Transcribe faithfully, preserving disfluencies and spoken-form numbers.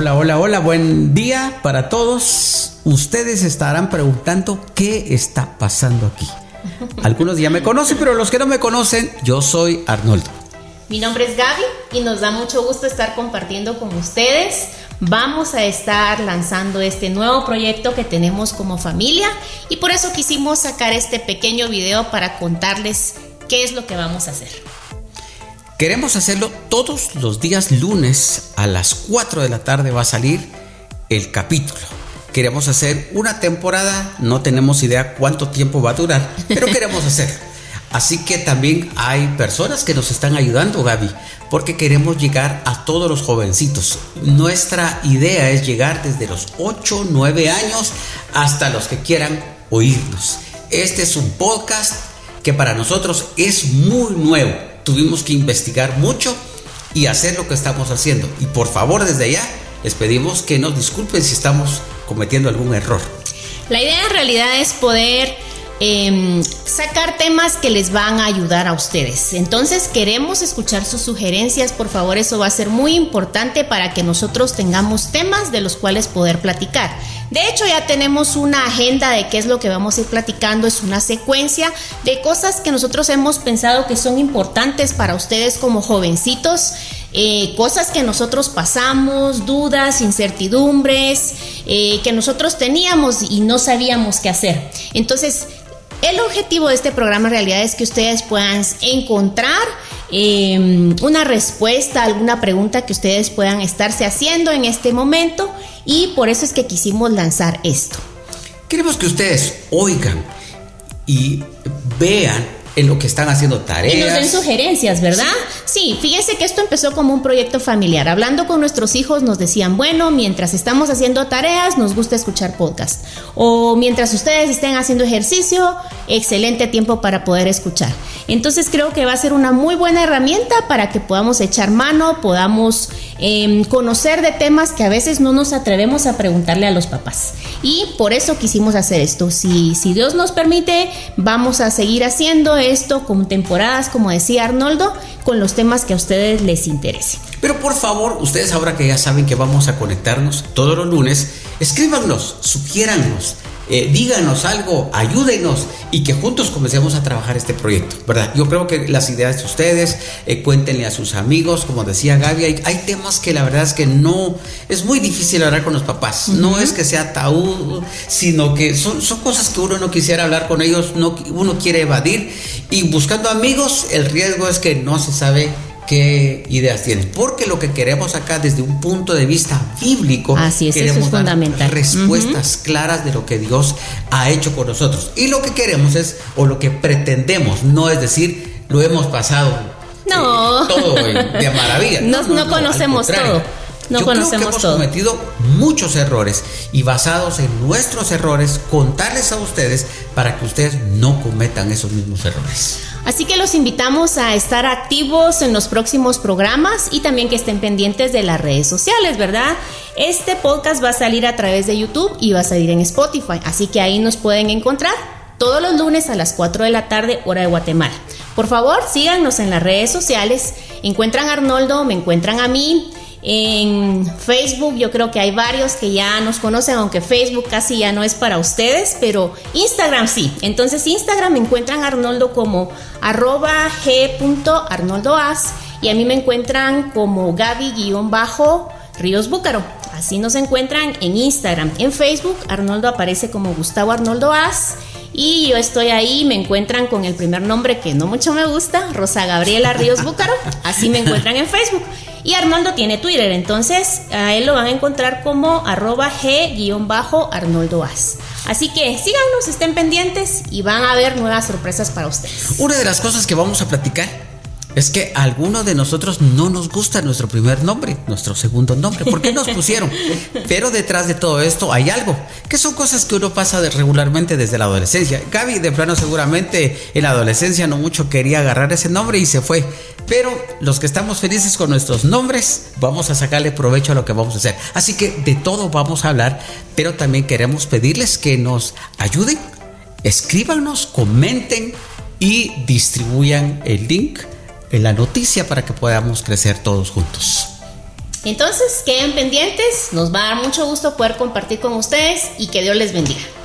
Hola, hola, hola, buen día para todos. Ustedes estarán preguntando qué está pasando aquí. Algunos ya me conocen, pero los que no me conocen, yo soy Arnoldo. Mi nombre es Gaby y nos da mucho gusto estar compartiendo con ustedes. Vamos a estar lanzando este nuevo proyecto que tenemos como familia y por eso quisimos sacar este pequeño video para contarles qué es lo que vamos a hacer. Queremos hacerlo todos los días lunes a las cuatro de la tarde va a salir el capítulo. Queremos hacer una temporada, no tenemos idea cuánto tiempo va a durar, pero queremos hacerlo. Así que también hay personas que nos están ayudando, Gaby, porque queremos llegar a todos los jovencitos. Nuestra idea es llegar desde los ocho, nueve años hasta los que quieran oírnos. Este es un podcast que para nosotros es muy nuevo. Tuvimos que investigar mucho y hacer lo que estamos haciendo. Y por favor, desde allá, les pedimos que nos disculpen si estamos cometiendo algún error. La idea en realidad es poder eh, sacar temas que les van a ayudar a ustedes. Entonces queremos escuchar sus sugerencias. Por favor, eso va a ser muy importante para que nosotros tengamos temas de los cuales poder platicar. De hecho, ya tenemos una agenda de qué es lo que vamos a ir platicando. Es una secuencia de cosas que nosotros hemos pensado que son importantes para ustedes como jovencitos. Eh, cosas que nosotros pasamos, dudas, incertidumbres, eh, que nosotros teníamos y no sabíamos qué hacer. Entonces, el objetivo de este programa en realidad es que ustedes puedan encontrar eh, una respuesta a alguna pregunta que ustedes puedan estarse haciendo en este momento y por eso es que quisimos lanzar esto. Queremos que ustedes oigan y vean en lo que están haciendo tareas. Y nos den sugerencias, ¿verdad? Sí. sí, fíjense que esto empezó como un proyecto familiar. Hablando con nuestros hijos nos decían, bueno, mientras estamos haciendo tareas nos gusta escuchar podcast. O mientras ustedes estén haciendo ejercicio, excelente tiempo para poder escuchar. Entonces creo que va a ser una muy buena herramienta para que podamos echar mano, podamos eh, conocer de temas que a veces no nos atrevemos a preguntarle a los papás. Y por eso quisimos hacer esto. Si, si Dios nos permite, vamos a seguir haciendo esto con temporadas, como decía Arnoldo, con los temas que a ustedes les interesen. Pero por favor, ustedes ahora que ya saben que vamos a conectarnos todos los lunes, escríbanos, sugiérannos, eh, díganos algo, ayúdenos y que juntos comencemos a trabajar este proyecto, ¿verdad? Yo creo que las ideas de ustedes, eh, cuéntenle a sus amigos, como decía Gaby, hay, hay temas que la verdad es que no, es muy difícil hablar con los papás, uh-huh. No es que sea tabú, sino que son, son cosas que uno no quisiera hablar con ellos, no, uno quiere evadir y buscando amigos el riesgo es que no se sabe qué ideas tienen, porque lo que queremos acá desde un punto de vista bíblico, así es, queremos eso es fundamental. Dar respuestas uh-huh. claras de lo que Dios ha hecho con nosotros y lo que queremos es, o lo que pretendemos, no es decir, lo hemos pasado no. eh, todo de maravilla, no, no, no, no conocemos todo. No Yo conocemos creo que hemos todo. cometido muchos errores y basados en nuestros errores, contarles a ustedes para que ustedes no cometan esos mismos errores. Así que los invitamos a estar activos en los próximos programas y también que estén pendientes de las redes sociales, ¿verdad? Este podcast va a salir a través de YouTube y va a salir en Spotify, así que ahí nos pueden encontrar todos los lunes a las cuatro de la tarde, hora de Guatemala. Por favor, síganos en las redes sociales, encuentran a Arnoldo, me encuentran a mí. En Facebook yo creo que hay varios que ya nos conocen, aunque Facebook casi ya no es para ustedes, pero Instagram sí. Entonces Instagram me encuentran a Arnoldo como arroba g.arnoldoas y a mí me encuentran como Gaby-Ríos Búcaro. Así nos encuentran en Instagram. En Facebook Arnoldo aparece como Gustavo Arnoldo As y yo estoy ahí, me encuentran con el primer nombre que no mucho me gusta, Rosa Gabriela Ríos Búcaro. Así me encuentran en Facebook. Y Arnoldo tiene Twitter, entonces a él lo van a encontrar como arroba g-arnoldoas. Así que síganos, estén pendientes y van a haber nuevas sorpresas para ustedes. Una de las cosas que vamos a platicar es que a algunos de nosotros no nos gusta nuestro primer nombre, nuestro segundo nombre. ¿Por qué nos pusieron? Pero detrás de todo esto hay algo, que son cosas que uno pasa de regularmente desde la adolescencia. Gaby de plano seguramente en la adolescencia no mucho quería agarrar ese nombre y se fue. Pero los que estamos felices con nuestros nombres, vamos a sacarle provecho a lo que vamos a hacer. Así que de todo vamos a hablar, pero también queremos pedirles que nos ayuden, escríbanos, comenten y distribuyan el link en la noticia para que podamos crecer todos juntos. Entonces, queden pendientes, nos va a dar mucho gusto poder compartir con ustedes y que Dios les bendiga.